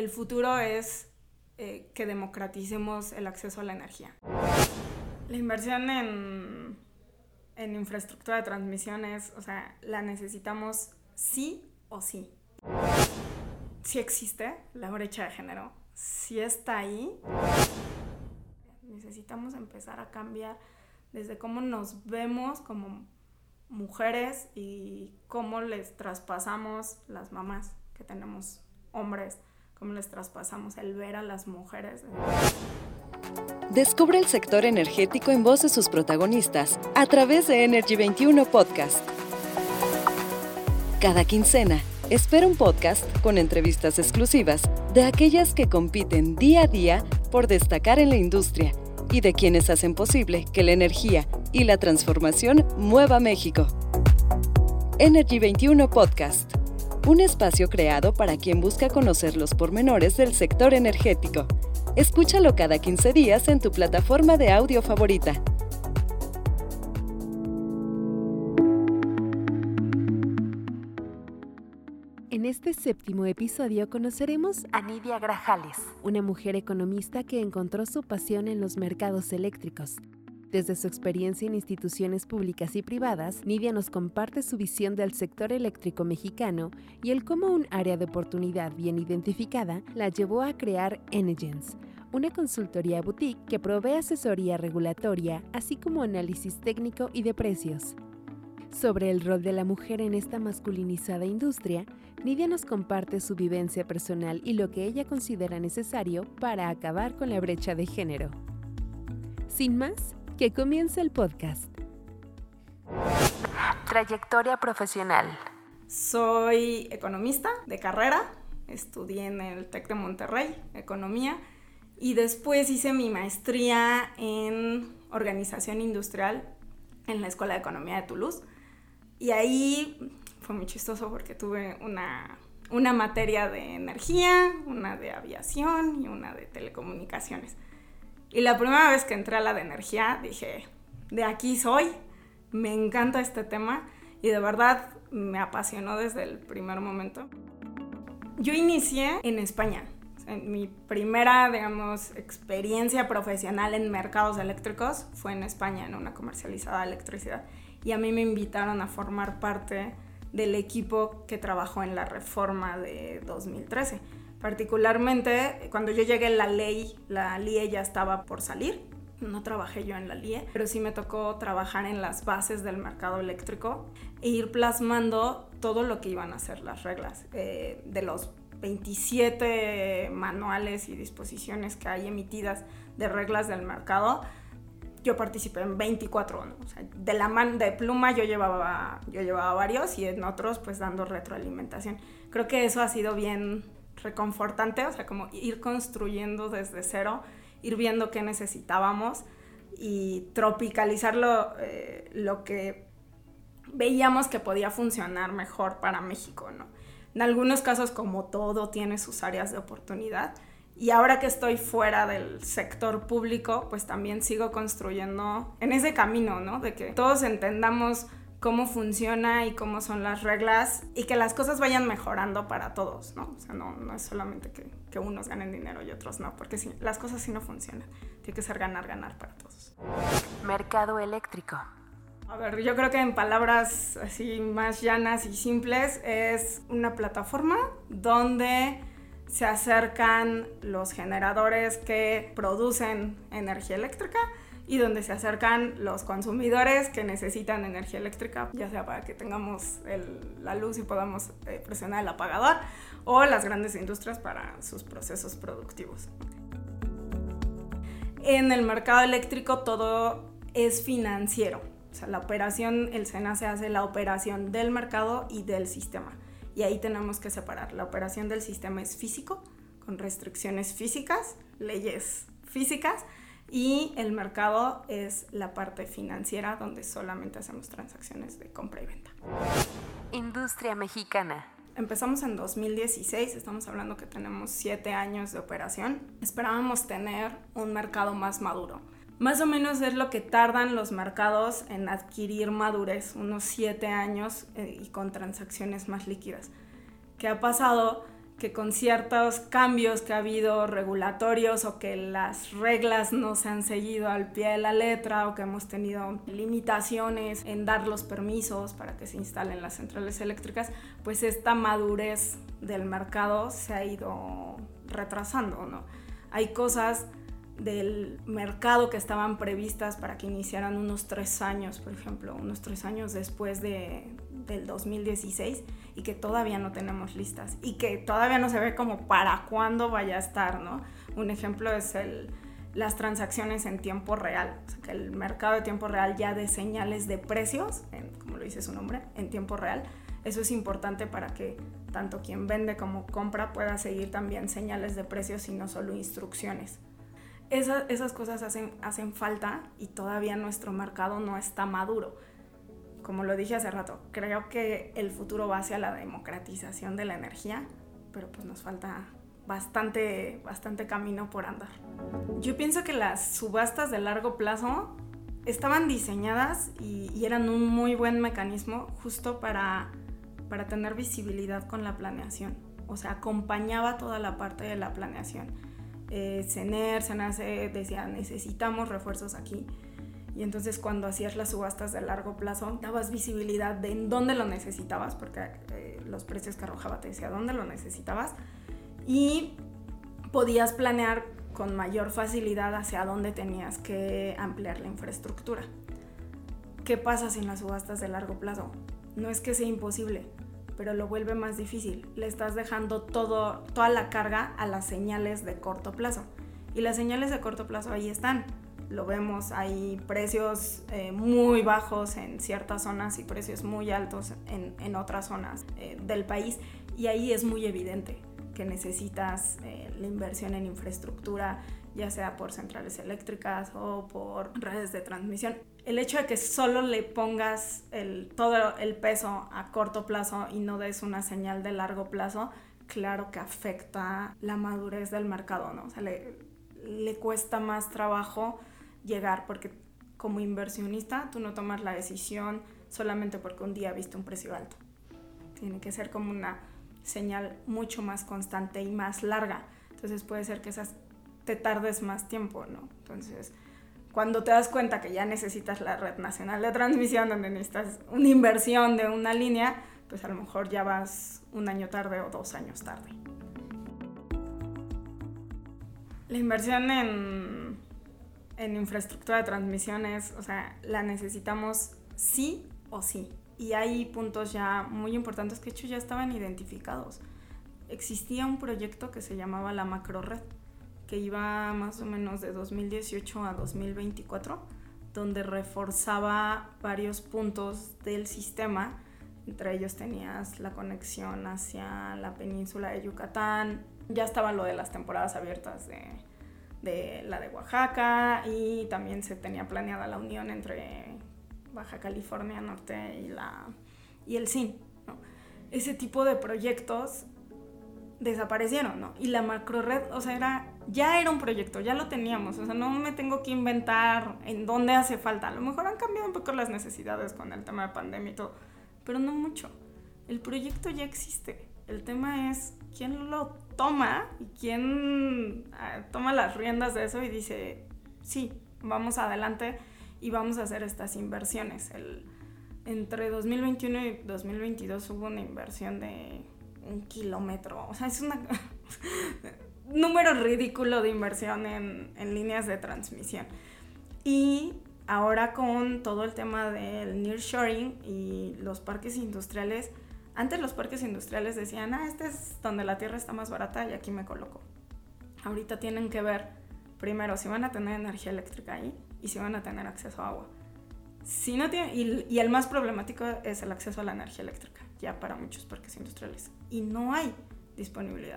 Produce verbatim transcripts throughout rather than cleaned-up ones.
el futuro es eh, que democraticemos el acceso a la energía. La inversión en, en infraestructura de transmisión es, o sea, la necesitamos sí o sí. Sí existe la brecha de género, sí está ahí. Necesitamos empezar a cambiar desde cómo nos vemos como mujeres y cómo les traspasamos las mamás que tenemos hombres, cómo les traspasamos el ver a las mujeres. Descubre el sector energético en voz de sus protagonistas a través de Energy veintiuno Podcast. Cada quincena, espera un podcast con entrevistas exclusivas de aquellas que compiten día a día por destacar en la industria y de quienes hacen posible que la energía y la transformación mueva México. Energy veintiuno Podcast, un espacio creado para quien busca conocer los pormenores del sector energético. Escúchalo cada quince días en tu plataforma de audio favorita. En este séptimo episodio conoceremos a Nidia Grajales, una mujer economista que encontró su pasión en los mercados eléctricos. Desde su experiencia en instituciones públicas y privadas, Nidia nos comparte su visión del sector eléctrico mexicano y el cómo un área de oportunidad bien identificada la llevó a crear Energens, una consultoría boutique que provee asesoría regulatoria, así como análisis técnico y de precios. Sobre el rol de la mujer en esta masculinizada industria, Nidia nos comparte su vivencia personal y lo que ella considera necesario para acabar con la brecha de género. Sin más, que comience el podcast. Trayectoria profesional. Soy economista de carrera, estudié en el TEC de Monterrey, economía, y después hice mi maestría en organización industrial en la Escuela de Economía de Toulouse. Y ahí fue muy chistoso porque tuve una, una materia de energía, una de aviación y una de telecomunicaciones. Y la primera vez que entré a la de energía dije, de aquí soy, me encanta este tema y de verdad me apasionó desde el primer momento. Yo inicié en España. En mi primera, digamos, experiencia profesional en mercados eléctricos fue en España, en una comercializada de electricidad. Y a mí me invitaron a formar parte del equipo que trabajó en la reforma de dos mil trece. Particularmente, cuando yo llegué, la ley, la L I E ya estaba por salir. No trabajé yo en la L I E, pero sí me tocó trabajar en las bases del mercado eléctrico e ir plasmando todo lo que iban a ser las reglas eh, de los veintisiete manuales y disposiciones que hay emitidas de reglas del mercado. Yo participé en veinticuatro, ¿no? O sea, de la man de pluma yo llevaba, yo llevaba varios y en otros pues dando retroalimentación. Creo que eso ha sido bien reconfortante, o sea, como ir construyendo desde cero, ir viendo qué necesitábamos y tropicalizar lo, eh, lo que veíamos que podía funcionar mejor para México, ¿no? En algunos casos, como todo, tiene sus áreas de oportunidad. Y ahora que estoy fuera del sector público, pues también sigo construyendo en ese camino, ¿no? De que todos entendamos cómo funciona y cómo son las reglas y que las cosas vayan mejorando para todos, ¿no? O sea, no, no es solamente que, que unos ganen dinero y otros no, porque sí, las cosas sí no funcionan. Tiene que ser ganar, ganar para todos. Mercado eléctrico. A ver, yo creo que en palabras así más llanas y simples es una plataforma donde se acercan los generadores que producen energía eléctrica y donde se acercan los consumidores que necesitan energía eléctrica, ya sea para que tengamos el, la luz y podamos eh, presionar el apagador, o las grandes industrias para sus procesos productivos. En el mercado eléctrico todo es financiero. O sea, la operación, el SENA se hace la operación del mercado y del sistema. Y ahí tenemos que separar. La operación del sistema es físico, con restricciones físicas, leyes físicas, y el mercado es la parte financiera donde solamente hacemos transacciones de compra y venta. Industria mexicana. Empezamos en dos mil dieciséis, estamos hablando que tenemos siete años de operación. Esperábamos tener un mercado más maduro. Más o menos es lo que tardan los mercados en adquirir madurez, unos siete años eh, y con transacciones más líquidas. ¿Qué ha pasado? que con ciertos cambios que ha habido regulatorios o que las reglas no se han seguido al pie de la letra o que hemos tenido limitaciones en dar los permisos para que se instalen las centrales eléctricas, pues esta madurez del mercado se ha ido retrasando, ¿no? Hay cosas del mercado que estaban previstas para que iniciaran unos tres años, por ejemplo, unos tres años después de, del dos mil dieciséis y que todavía no tenemos listas y que todavía no se ve como para cuándo vaya a estar, ¿no? Un ejemplo es el, las transacciones en tiempo real, o sea, que el mercado de tiempo real ya de señales de precios, en, como lo dice su nombre, en tiempo real. Eso es importante para que tanto quien vende como compra pueda seguir también señales de precios y no solo instrucciones. Esa, esas cosas hacen, hacen falta y todavía nuestro mercado no está maduro. Como lo dije hace rato, creo que el futuro va hacia la democratización de la energía, pero pues nos falta bastante, bastante camino por andar. Yo pienso que las subastas de largo plazo estaban diseñadas y, y eran un muy buen mecanismo justo para, para tener visibilidad con la planeación. O sea, acompañaba toda la parte de la planeación. Eh, CENER, SENACE decía, necesitamos refuerzos aquí. Y entonces cuando hacías las subastas de largo plazo, dabas visibilidad de en dónde lo necesitabas, porque eh, los precios que arrojaba te decía dónde lo necesitabas, y podías planear con mayor facilidad hacia dónde tenías que ampliar la infraestructura. ¿Qué pasa sin las subastas de largo plazo? No es que sea imposible, pero lo vuelve más difícil. Le estás dejando todo, toda la carga a las señales de corto plazo. Y las señales de corto plazo ahí están. Lo vemos, hay precios eh, muy bajos en ciertas zonas y precios muy altos en, en otras zonas eh, del país. Y ahí es muy evidente que necesitas eh, la inversión en infraestructura, ya sea por centrales eléctricas o por redes de transmisión. El hecho de que solo le pongas el, todo el peso a corto plazo y no des una señal de largo plazo, claro que afecta la madurez del mercado, ¿no? O sea, le, le cuesta más trabajo llegar, porque como inversionista tú no tomas la decisión solamente porque un día viste un precio alto. Tiene que ser como una señal mucho más constante y más larga. Entonces puede ser que esas te tardes más tiempo, ¿no? Entonces, cuando te das cuenta que ya necesitas la red nacional de transmisión, donde necesitas una inversión de una línea, pues a lo mejor ya vas un año tarde o dos años tarde. La inversión en, en infraestructura de transmisión es, o sea, la necesitamos sí o sí. Y hay puntos ya muy importantes que de hecho ya estaban identificados. Existía un proyecto que se llamaba la Macrored, que iba más o menos de dos mil dieciocho a dos mil veinticuatro, donde reforzaba varios puntos del sistema. Entre ellos tenías la conexión hacia la península de Yucatán, ya estaba lo de las temporadas abiertas de, de la de Oaxaca, y también se tenía planeada la unión entre Baja California Norte y, la, y el S I N, ¿no? Ese tipo de proyectos desaparecieron, ¿no? Y la macrored, o sea, era, ya era un proyecto, ya lo teníamos, o sea, no me tengo que inventar en dónde hace falta. A lo mejor han cambiado un poco las necesidades con el tema de pandemia y todo, pero no mucho. El proyecto ya existe. El tema es quién lo toma y quién uh, toma las riendas de eso y dice, sí, vamos adelante y vamos a hacer estas inversiones. El, entre dos mil veintiuno y dos mil veintidós hubo una inversión de un kilómetro, o sea, es un número ridículo de inversión en, en líneas de transmisión. Y ahora con todo el tema del nearshoring y los parques industriales, antes los parques industriales decían, ah, este es donde la tierra está más barata y aquí me coloco. Ahorita tienen que ver, primero, si van a tener energía eléctrica ahí y si van a tener acceso a agua. Si no tiene, y, y el más problemático es el acceso a la energía eléctrica, ya para muchos parques industriales. Y no hay disponibilidad.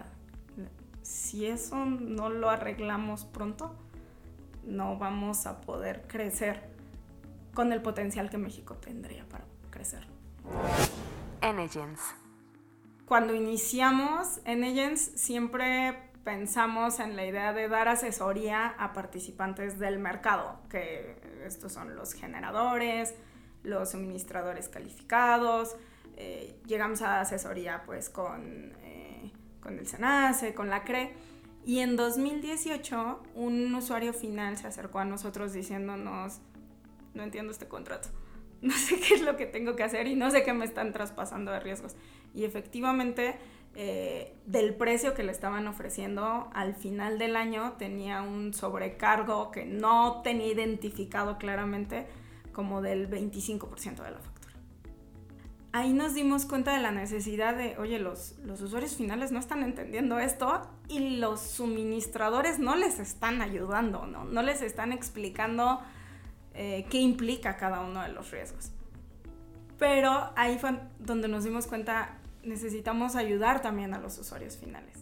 Si eso no lo arreglamos pronto, no vamos a poder crecer con el potencial que México tendría para crecer. Enegens. Cuando iniciamos Enegens siempre pensamos en la idea de dar asesoría a participantes del mercado, que estos son los generadores, los suministradores calificados. Eh, llegamos a asesoría pues con, eh, con el SENACE, con la C R E. Y en dos mil dieciocho un usuario final se acercó a nosotros diciéndonos, no entiendo este contrato, no sé qué es lo que tengo que hacer y no sé qué me están traspasando de riesgos. Y efectivamente, eh, del precio que le estaban ofreciendo, al final del año tenía un sobrecargo que no tenía identificado claramente, como del veinticinco por ciento de la factura. Ahí nos dimos cuenta de la necesidad de, oye, los, los usuarios finales no están entendiendo esto y los suministradores no les están ayudando, no, no les están explicando eh, qué implica cada uno de los riesgos. Pero ahí fue donde nos dimos cuenta, necesitamos ayudar también a los usuarios finales.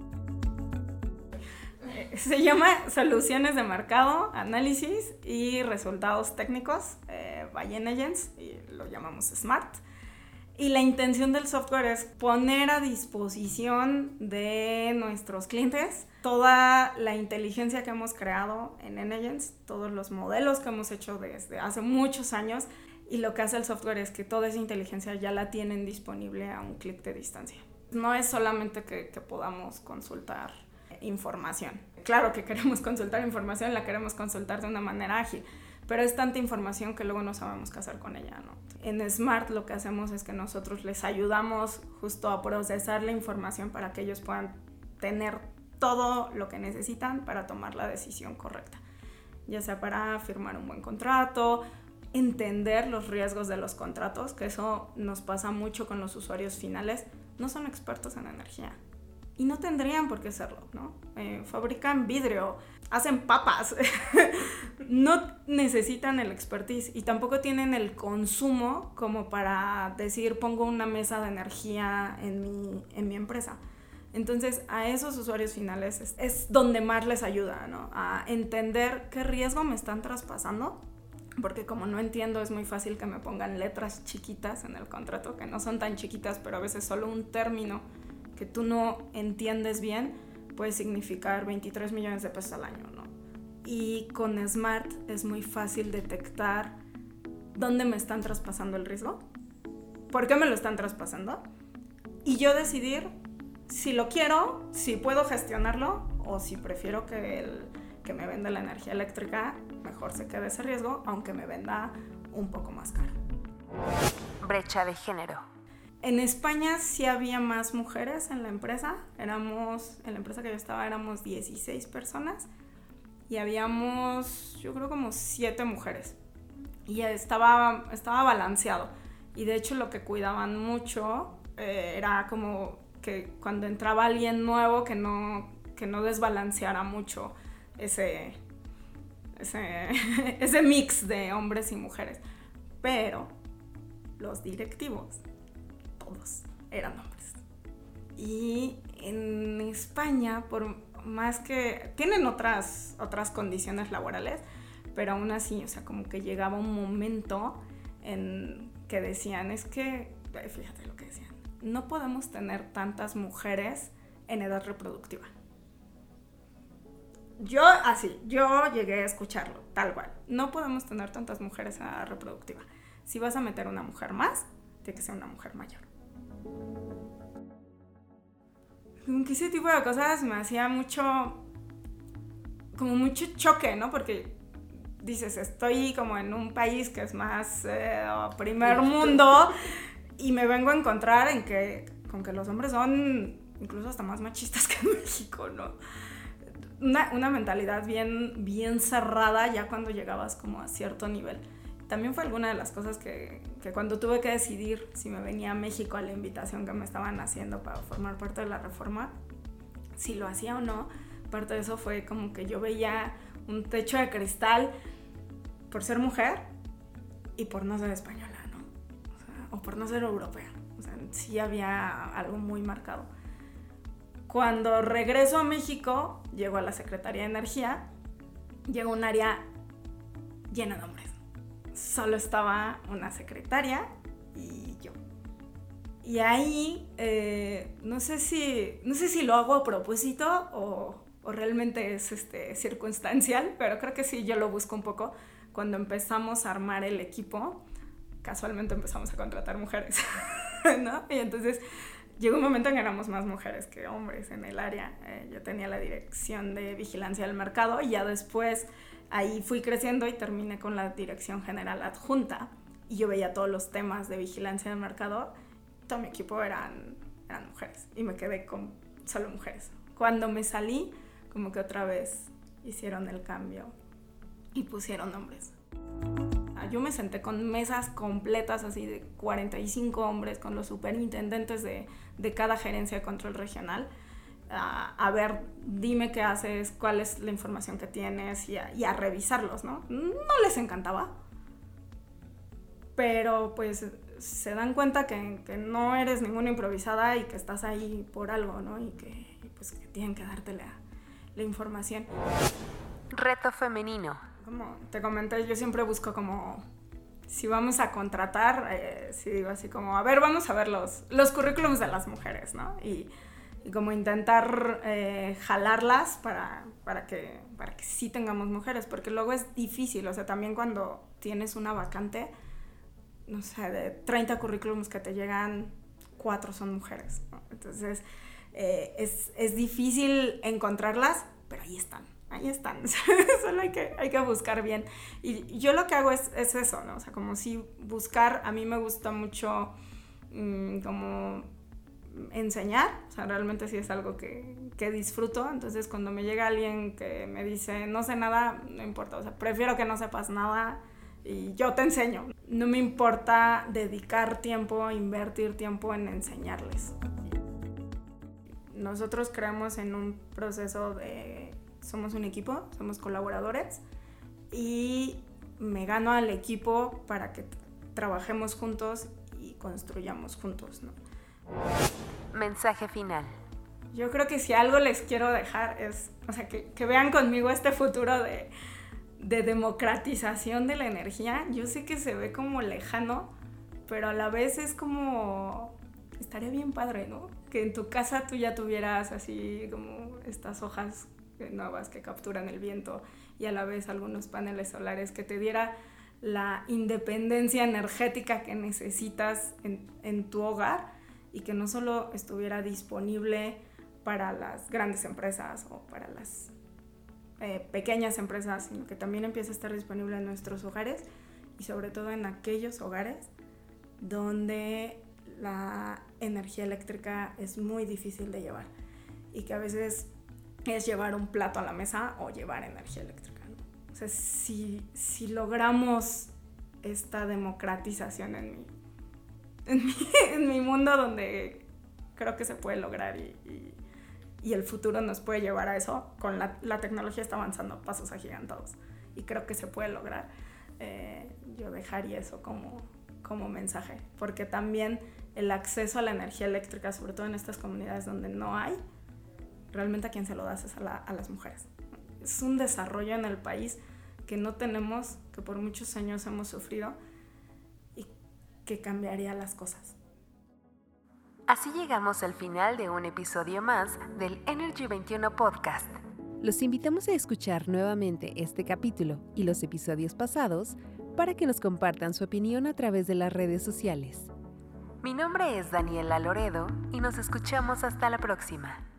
Se llama Soluciones de Mercado, Análisis y Resultados Técnicos, eh, by Energens, y lo llamamos SMART. Y la intención del software es poner a disposición de nuestros clientes toda la inteligencia que hemos creado en Energens, todos los modelos que hemos hecho desde hace muchos años, y lo que hace el software es que toda esa inteligencia ya la tienen disponible a un clic de distancia. No es solamente que, que podamos consultar información. Claro que queremos consultar información, la queremos consultar de una manera ágil, pero es tanta información que luego no sabemos qué hacer con ella, ¿no? En Smart lo que hacemos es que nosotros les ayudamos justo a procesar la información para que ellos puedan tener todo lo que necesitan para tomar la decisión correcta, ya sea para firmar un buen contrato, entender los riesgos de los contratos, que eso nos pasa mucho con los usuarios finales. No son expertos en energía y no tendrían por qué serlo, ¿no? Eh, fabrican vidrio, hacen papas, no necesitan el expertise y tampoco tienen el consumo como para decir pongo una mesa de energía en mi, en mi empresa. Entonces a esos usuarios finales es, es donde más les ayuda, ¿no? A entender qué riesgo me están traspasando, porque como no entiendo es muy fácil que me pongan letras chiquitas en el contrato, que no son tan chiquitas, pero a veces solo un término que tú no entiendes bien puede significar veintitrés millones de pesos al año, ¿no? Y con Smart es muy fácil detectar dónde me están traspasando el riesgo, por qué me lo están traspasando, y yo decidir si lo quiero, si puedo gestionarlo, o si prefiero que el que me venda la energía eléctrica mejor se quede ese riesgo, aunque me venda un poco más caro. Brecha de género. En España sí había más mujeres en la empresa. Éramos, en la empresa que yo estaba éramos dieciséis personas y habíamos, yo creo, como siete mujeres. Y estaba, estaba balanceado. Y de hecho lo que cuidaban mucho eh, era como que cuando entraba alguien nuevo que no, que no desbalanceara mucho ese, ese, ese mix de hombres y mujeres. Pero los directivos, todos eran hombres. Y en España, por más que tienen otras, otras condiciones laborales, pero aún así, o sea, como que llegaba un momento en que decían, es que, fíjate lo que decían, no podemos tener tantas mujeres en edad reproductiva. Yo, así, yo llegué a escucharlo, tal cual. No podemos tener tantas mujeres en edad reproductiva. Si vas a meter una mujer más, tiene que ser una mujer mayor. Como que ese tipo de cosas me hacía mucho, como mucho choque, ¿no? Porque dices, estoy como en un país que es más eh, primer mundo y me vengo a encontrar en que, con que los hombres son incluso hasta más machistas que en México, ¿no? Una, una mentalidad bien, bien cerrada ya cuando llegabas como a cierto nivel. También fue alguna de las cosas que, que cuando tuve que decidir si me venía a México a la invitación que me estaban haciendo para formar parte de la reforma, si lo hacía o no, parte de eso fue como que yo veía un techo de cristal por ser mujer y por no ser española, ¿no? O sea, o por no ser europea. O sea, sí había algo muy marcado. Cuando regreso a México, llego a la Secretaría de Energía, llegó un área llena de hombres. Solo estaba una secretaria y yo. Y ahí, eh, no sé si, no sé si lo hago a propósito o, o realmente es este, circunstancial, pero creo que sí, yo lo busco un poco. Cuando empezamos a armar el equipo, casualmente empezamos a contratar mujeres, ¿no? Y entonces llegó un momento en que éramos más mujeres que hombres en el área. Eh, yo tenía la dirección de vigilancia del mercado y ya después ahí fui creciendo y terminé con la dirección general adjunta. Y yo veía todos los temas de vigilancia del mercado. Todo mi equipo eran, eran mujeres y me quedé con solo mujeres. Cuando me salí, como que otra vez hicieron el cambio y pusieron hombres. Yo me senté con mesas completas así de cuarenta y cinco hombres con los superintendentes de, de cada gerencia de control regional. A, a ver, dime qué haces, cuál es la información que tienes y a, y a revisarlos, ¿no? No les encantaba, pero pues se dan cuenta que, que no eres ninguna improvisada y que estás ahí por algo, ¿no? Y que, y pues, que tienen que darte la, la información. Reto femenino. Como te comenté, yo siempre busco como, si vamos a contratar, eh, si digo así como, a ver, vamos a ver los, los currículums de las mujeres, ¿no? Y, y como intentar eh, jalarlas para, para, que, para que sí tengamos mujeres, porque luego es difícil, o sea, también cuando tienes una vacante, no sé, de treinta currículums que te llegan, cuatro son mujeres, ¿no? Entonces, eh, es, es difícil encontrarlas, pero ahí están. Ahí están, solo hay que, hay que buscar bien. Y yo lo que hago es, es eso, ¿no? O sea, como si buscar, a mí me gusta mucho mmm, como enseñar, o sea, realmente sí es algo que, que disfruto. Entonces, cuando me llega alguien que me dice, no sé nada, no importa, o sea, prefiero que no sepas nada y yo te enseño. No me importa dedicar tiempo, invertir tiempo en enseñarles. Nosotros creemos en un proceso de... Somos un equipo, somos colaboradores y me gano al equipo para que t- trabajemos juntos y construyamos juntos, ¿no? Mensaje final. Yo creo que si algo les quiero dejar es, o sea, que, que vean conmigo este futuro de, de democratización de la energía. Yo sé que se ve como lejano, pero a la vez es como, estaría bien padre, ¿no? Que en tu casa tú ya tuvieras así como estas hojas nuevas que capturan el viento y a la vez algunos paneles solares, que te diera la independencia energética que necesitas en, en tu hogar y que no solo estuviera disponible para las grandes empresas o para las eh, pequeñas empresas, sino que también empiece a estar disponible en nuestros hogares y sobre todo en aquellos hogares donde la energía eléctrica es muy difícil de llevar y que a veces es llevar un plato a la mesa o llevar energía eléctrica, ¿no? O sea, si, si logramos esta democratización en mi, en, mi, en mi mundo donde creo que se puede lograr y, y, y el futuro nos puede llevar a eso, con la, la tecnología está avanzando a pasos agigantados y creo que se puede lograr, eh, yo dejaría eso como, como mensaje, porque también el acceso a la energía eléctrica, sobre todo en estas comunidades donde no hay, realmente a quien se lo das es a, la, a las mujeres. Es un desarrollo en el país que no tenemos, que por muchos años hemos sufrido y que cambiaría las cosas. Así llegamos al final de un episodio más del Energy veintiuno Podcast. Los invitamos a escuchar nuevamente este capítulo y los episodios pasados para que nos compartan su opinión a través de las redes sociales. Mi nombre es Daniela Loredo y nos escuchamos hasta la próxima.